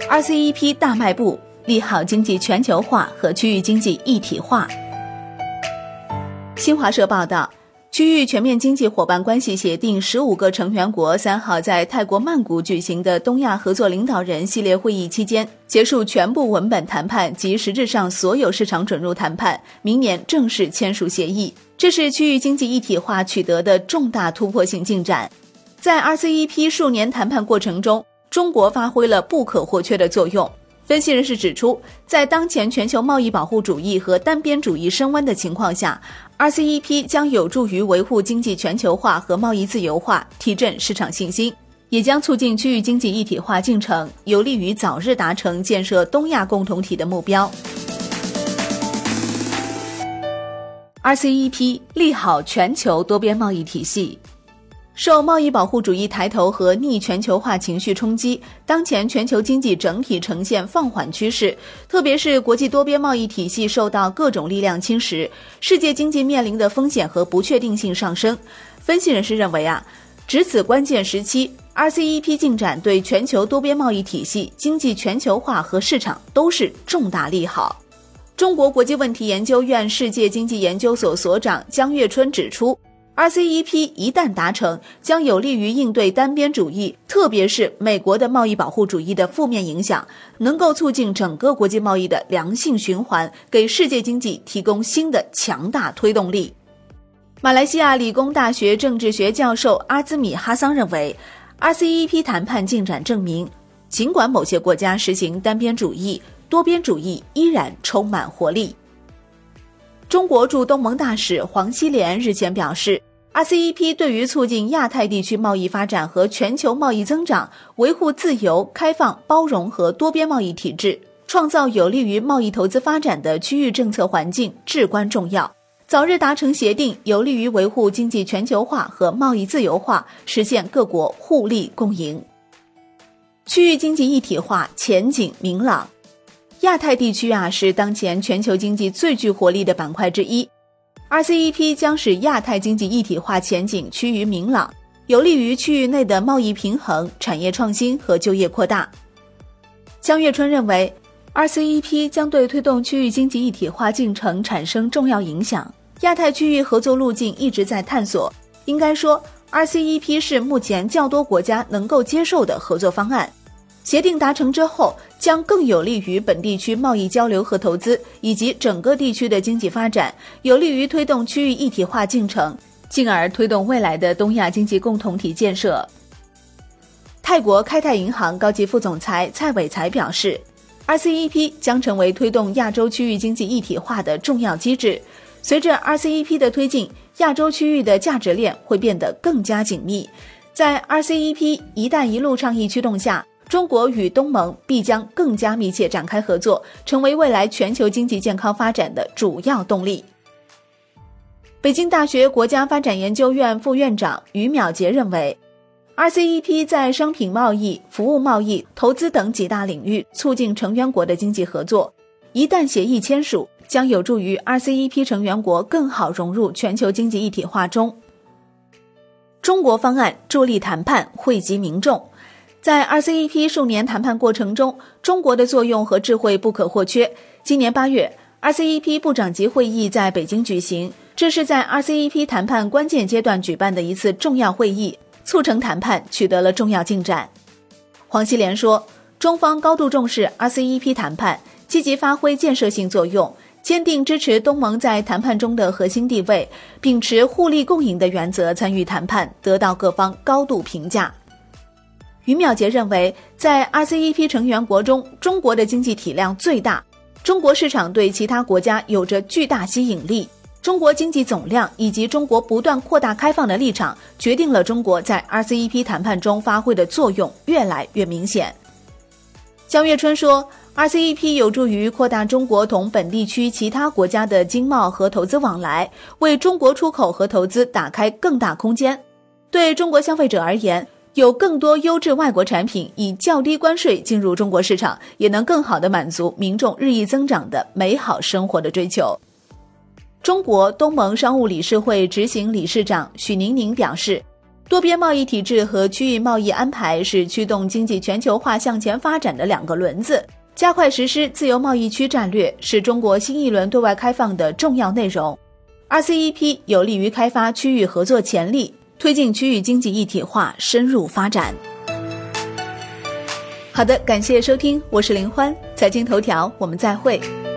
RCEP 大迈步，利好经济全球化和区域经济一体化。新华社报道，区域全面经济伙伴关系协定15个成员国3号在泰国曼谷举行的东亚合作领导人系列会议期间，结束全部文本谈判及实质上所有市场准入谈判，明年正式签署协议。这是区域经济一体化取得的重大突破性进展。在 RCEP 数年谈判过程中，中国发挥了不可或缺的作用。分析人士指出，在当前全球贸易保护主义和单边主义升温的情况下， RCEP 将有助于维护经济全球化和贸易自由化，提振市场信心，也将促进区域经济一体化进程，有利于早日达成建设东亚共同体的目标。RCEP 利好全球多边贸易体系。受贸易保护主义抬头和逆全球化情绪冲击，当前全球经济整体呈现放缓趋势，特别是国际多边贸易体系受到各种力量侵蚀，世界经济面临的风险和不确定性上升。分析人士认为值此关键时期， RCEP 进展对全球多边贸易体系、经济全球化和市场都是重大利好。中国国际问题研究院世界经济研究所所长姜月春指出，RCEP 一旦达成，将有利于应对单边主义，特别是美国的贸易保护主义的负面影响，能够促进整个国际贸易的良性循环，给世界经济提供新的强大推动力。马来西亚理工大学政治学教授阿兹米哈桑认为， RCEP 谈判进展证明，尽管某些国家实行单边主义，多边主义依然充满活力。中国驻东盟大使黄希濂日前表示， RCEP 对于促进亚太地区贸易发展和全球贸易增长，维护自由、开放、包容和多边贸易体制，创造有利于贸易投资发展的区域政策环境至关重要。早日达成协定，有利于维护经济全球化和贸易自由化，实现各国互利共赢。区域经济一体化前景明朗。亚太地区是当前全球经济最具活力的板块之一， RCEP 将使亚太经济一体化前景趋于明朗，有利于区域内的贸易平衡、产业创新和就业扩大。姜月春认为， RCEP 将对推动区域经济一体化进程产生重要影响，亚太区域合作路径一直在探索，应该说 RCEP 是目前较多国家能够接受的合作方案。协定达成之后，将更有利于本地区贸易交流和投资，以及整个地区的经济发展，有利于推动区域一体化进程，进而推动未来的东亚经济共同体建设。泰国开泰银行高级副总裁蔡伟才表示， RCEP 将成为推动亚洲区域经济一体化的重要机制。随着 RCEP 的推进，亚洲区域的价值链会变得更加紧密。在 RCEP 一带一路倡议驱动下，中国与东盟必将更加密切展开合作，成为未来全球经济健康发展的主要动力。北京大学国家发展研究院副院长于淼杰认为， RCEP 在商品贸易、服务贸易、投资等几大领域促进成员国的经济合作，一旦协议签署，将有助于 RCEP 成员国更好融入全球经济一体化中。中国方案助力谈判，惠及民众。在 RCEP 数年谈判过程中，中国的作用和智慧不可或缺。今年8月， RCEP 部长级会议在北京举行，这是在 RCEP 谈判关键阶段举办的一次重要会议，促成谈判取得了重要进展。黄希濂说，中方高度重视 RCEP 谈判，积极发挥建设性作用，坚定支持东盟在谈判中的核心地位，秉持互利共赢的原则参与谈判，得到各方高度评价。于淼杰认为，在 RCEP 成员国中，中国的经济体量最大，中国市场对其他国家有着巨大吸引力，中国经济总量以及中国不断扩大开放的立场，决定了中国在 RCEP 谈判中发挥的作用越来越明显。姜月春说， RCEP 有助于扩大中国同本地区其他国家的经贸和投资往来，为中国出口和投资打开更大空间。对中国消费者而言，有更多优质外国产品以较低关税进入中国市场，也能更好地满足民众日益增长的美好生活的追求。中国东盟商务理事会执行理事长许宁宁表示， 多边贸易体制和区域贸易安排是驱动经济全球化向前发展的两个轮子，加快实施自由贸易区战略是中国新一轮对外开放的重要内容。RCEP 有利于开发区域合作潜力，推进区域经济一体化深入发展。好的，感谢收听，我是林欢，财经头条，我们再会。